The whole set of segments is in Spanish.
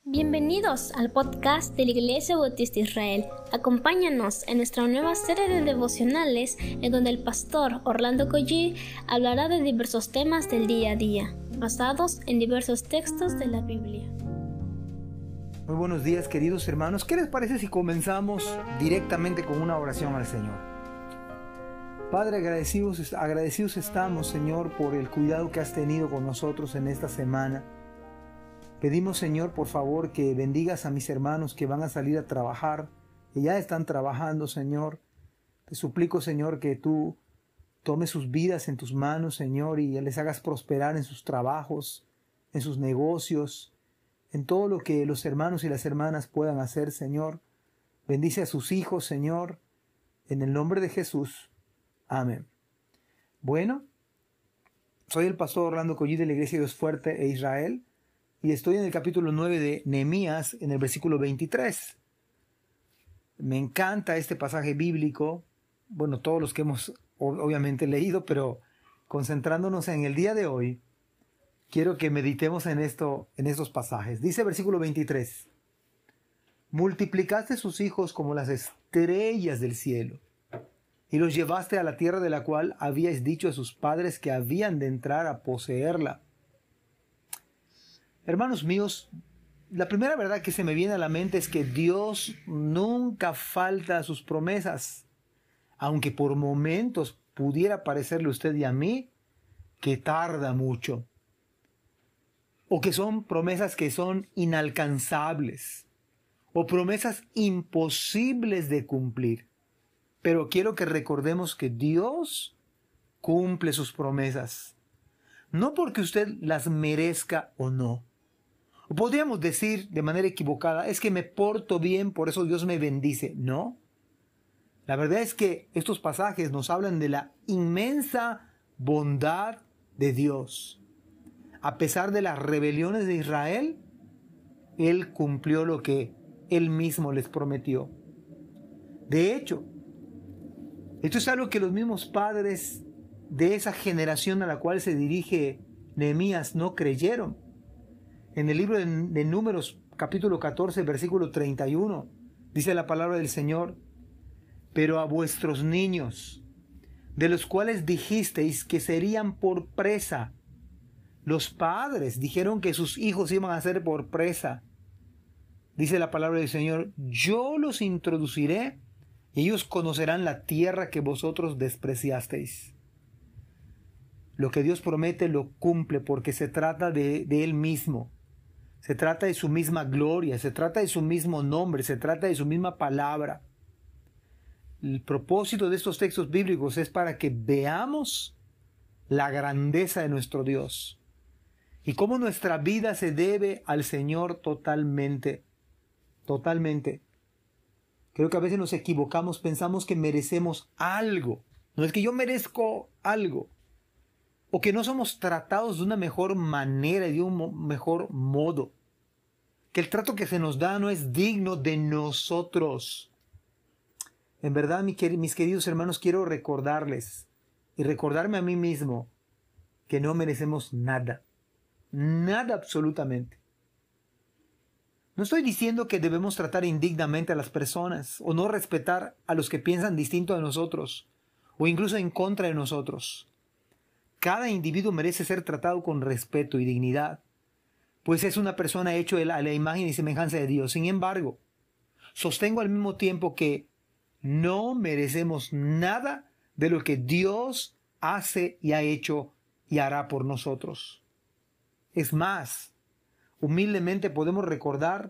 Bienvenidos al podcast de la Iglesia Bautista Israel. Acompáñanos en nuestra nueva serie de devocionales en donde el pastor Orlando Collie hablará de diversos temas del día a día, basados en diversos textos de la Biblia. Muy buenos días, queridos hermanos. ¿Qué les parece si comenzamos directamente con una oración al Señor? Padre, agradecidos estamos, Señor, por el cuidado que has tenido con nosotros en esta semana. Pedimos, Señor, por favor, que bendigas a mis hermanos que van a salir a trabajar, que ya están trabajando, Señor. Te suplico, Señor, que tú tomes sus vidas en tus manos, Señor, y les hagas prosperar en sus trabajos, en sus negocios, en todo lo que los hermanos y las hermanas puedan hacer, Señor. Bendice a sus hijos, Señor, en el nombre de Jesús. Amén. Bueno, soy el pastor Orlando Collie de la Iglesia Dios Fuerte e Israel. Y estoy en el capítulo 9 de Nehemías, en el versículo 23. Me encanta este pasaje bíblico. Bueno, todos los que hemos obviamente leído, pero concentrándonos en el día de hoy, quiero que meditemos en estos pasajes. Dice versículo 23. Multiplicaste sus hijos como las estrellas del cielo, y los llevaste a la tierra de la cual habíais dicho a sus padres que habían de entrar a poseerla. Hermanos míos, la primera verdad que se me viene a la mente es que Dios nunca falta a sus promesas, aunque por momentos pudiera parecerle a usted y a mí que tarda mucho, o que son promesas que son inalcanzables, o promesas imposibles de cumplir. Pero quiero que recordemos que Dios cumple sus promesas, no porque usted las merezca o no. O podríamos decir de manera equivocada, es que me porto bien, por eso Dios me bendice. No. La verdad es que estos pasajes nos hablan de la inmensa bondad de Dios. A pesar de las rebeliones de Israel, Él cumplió lo que Él mismo les prometió. De hecho, esto es algo que los mismos padres de esa generación a la cual se dirige Nehemías no creyeron. En el libro de Números, capítulo 14, versículo 31, dice la palabra del Señor: pero a vuestros niños, de los cuales dijisteis que serían por presa. Los padres dijeron que sus hijos iban a ser por presa. Dice la palabra del Señor: yo los introduciré y ellos conocerán la tierra que vosotros despreciasteis. Lo que Dios promete lo cumple porque se trata de Él mismo. Se trata de su misma gloria, se trata de su mismo nombre, se trata de su misma palabra. El propósito de estos textos bíblicos es para que veamos la grandeza de nuestro Dios y cómo nuestra vida se debe al Señor totalmente. Totalmente. Creo que a veces nos equivocamos, pensamos que merecemos algo. No es que yo merezco algo. O que no somos tratados de una mejor manera y de un mejor modo. Que el trato que se nos da no es digno de nosotros. En verdad, mis queridos hermanos, quiero recordarles y recordarme a mí mismo que no merecemos nada. Nada absolutamente. No estoy diciendo que debemos tratar indignamente a las personas o no respetar a los que piensan distinto a nosotros o incluso en contra de nosotros. Cada individuo merece ser tratado con respeto y dignidad, pues es una persona hecha a la imagen y semejanza de Dios. Sin embargo, sostengo al mismo tiempo que no merecemos nada de lo que Dios hace y ha hecho y hará por nosotros. Es más, humildemente podemos recordar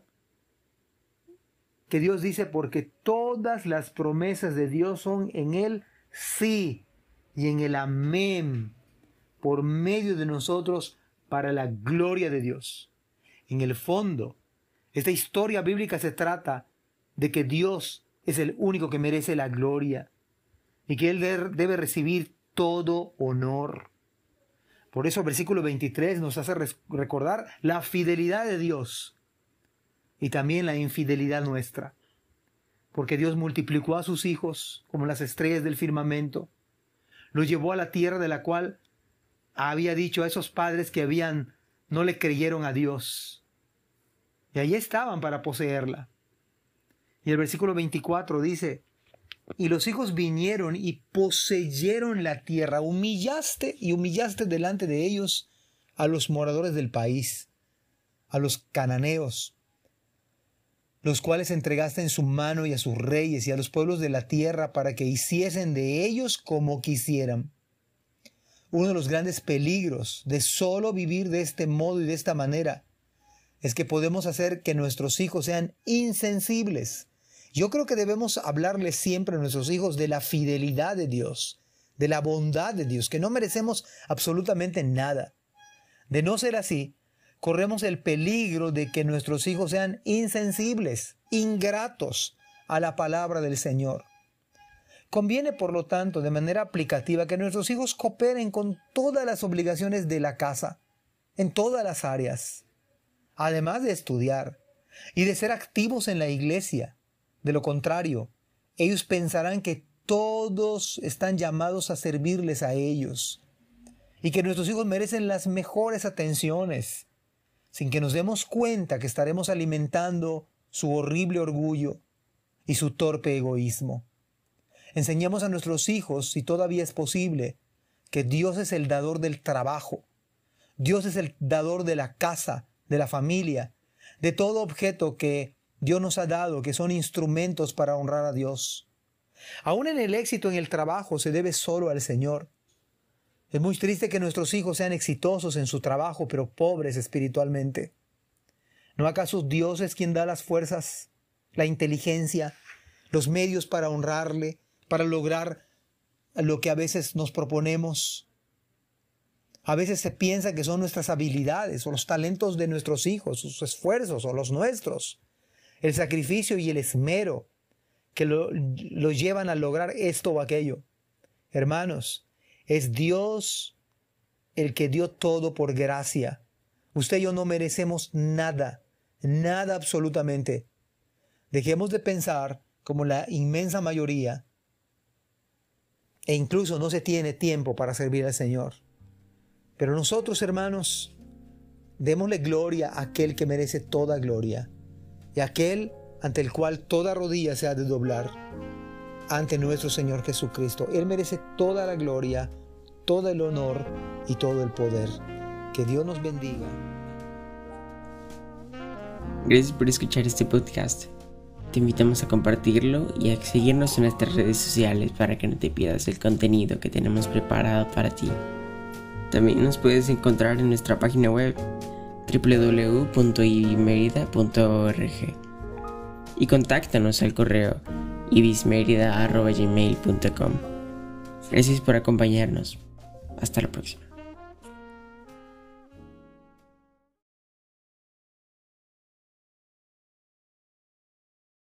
que Dios dice: porque todas las promesas de Dios son en el sí y en el amén, por medio de nosotros, para la gloria de Dios. En el fondo, esta historia bíblica se trata de que Dios es el único que merece la gloria y que Él debe recibir todo honor. Por eso el versículo 23 nos hace recordar la fidelidad de Dios y también la infidelidad nuestra. Porque Dios multiplicó a sus hijos como las estrellas del firmamento, los llevó a la tierra de la cual había dicho a esos padres que no le creyeron a Dios. Y ahí estaban para poseerla. Y el versículo 24 dice, y los hijos vinieron y poseyeron la tierra. Humillaste delante de ellos a los moradores del país, a los cananeos, los cuales entregaste en su mano y a sus reyes y a los pueblos de la tierra para que hiciesen de ellos como quisieran. Uno de los grandes peligros de solo vivir de este modo y de esta manera es que podemos hacer que nuestros hijos sean insensibles. Yo creo que debemos hablarles siempre a nuestros hijos de la fidelidad de Dios, de la bondad de Dios, que no merecemos absolutamente nada. De no ser así, corremos el peligro de que nuestros hijos sean insensibles, ingratos a la palabra del Señor. Conviene, por lo tanto, de manera aplicativa, que nuestros hijos cooperen con todas las obligaciones de la casa, en todas las áreas, además de estudiar y de ser activos en la iglesia. De lo contrario, ellos pensarán que todos están llamados a servirles a ellos y que nuestros hijos merecen las mejores atenciones, sin que nos demos cuenta que estaremos alimentando su horrible orgullo y su torpe egoísmo. Enseñemos a nuestros hijos, si todavía es posible, que Dios es el dador del trabajo. Dios es el dador de la casa, de la familia, de todo objeto que Dios nos ha dado, que son instrumentos para honrar a Dios. Aún en el éxito en el trabajo se debe solo al Señor. Es muy triste que nuestros hijos sean exitosos en su trabajo, pero pobres espiritualmente. ¿No acaso Dios es quien da las fuerzas, la inteligencia, los medios para honrarle, para lograr lo que a veces nos proponemos? A veces se piensa que son nuestras habilidades o los talentos de nuestros hijos, sus esfuerzos o los nuestros, el sacrificio y el esmero que los llevan a lograr esto o aquello. Hermanos, es Dios el que dio todo por gracia. Usted y yo no merecemos nada, nada absolutamente. Dejemos de pensar como la inmensa mayoría, e incluso no se tiene tiempo para servir al Señor. Pero nosotros, hermanos, démosle gloria a aquel que merece toda gloria y a aquel ante el cual toda rodilla se ha de doblar, ante nuestro Señor Jesucristo. Él merece toda la gloria, todo el honor y todo el poder. Que Dios nos bendiga. Gracias por escuchar este podcast. Te invitamos a compartirlo y a seguirnos en nuestras redes sociales para que no te pierdas el contenido que tenemos preparado para ti. También nos puedes encontrar en nuestra página web www.ibismerida.org y contáctanos al correo ibismerida@gmail.com. Gracias por acompañarnos. Hasta la próxima.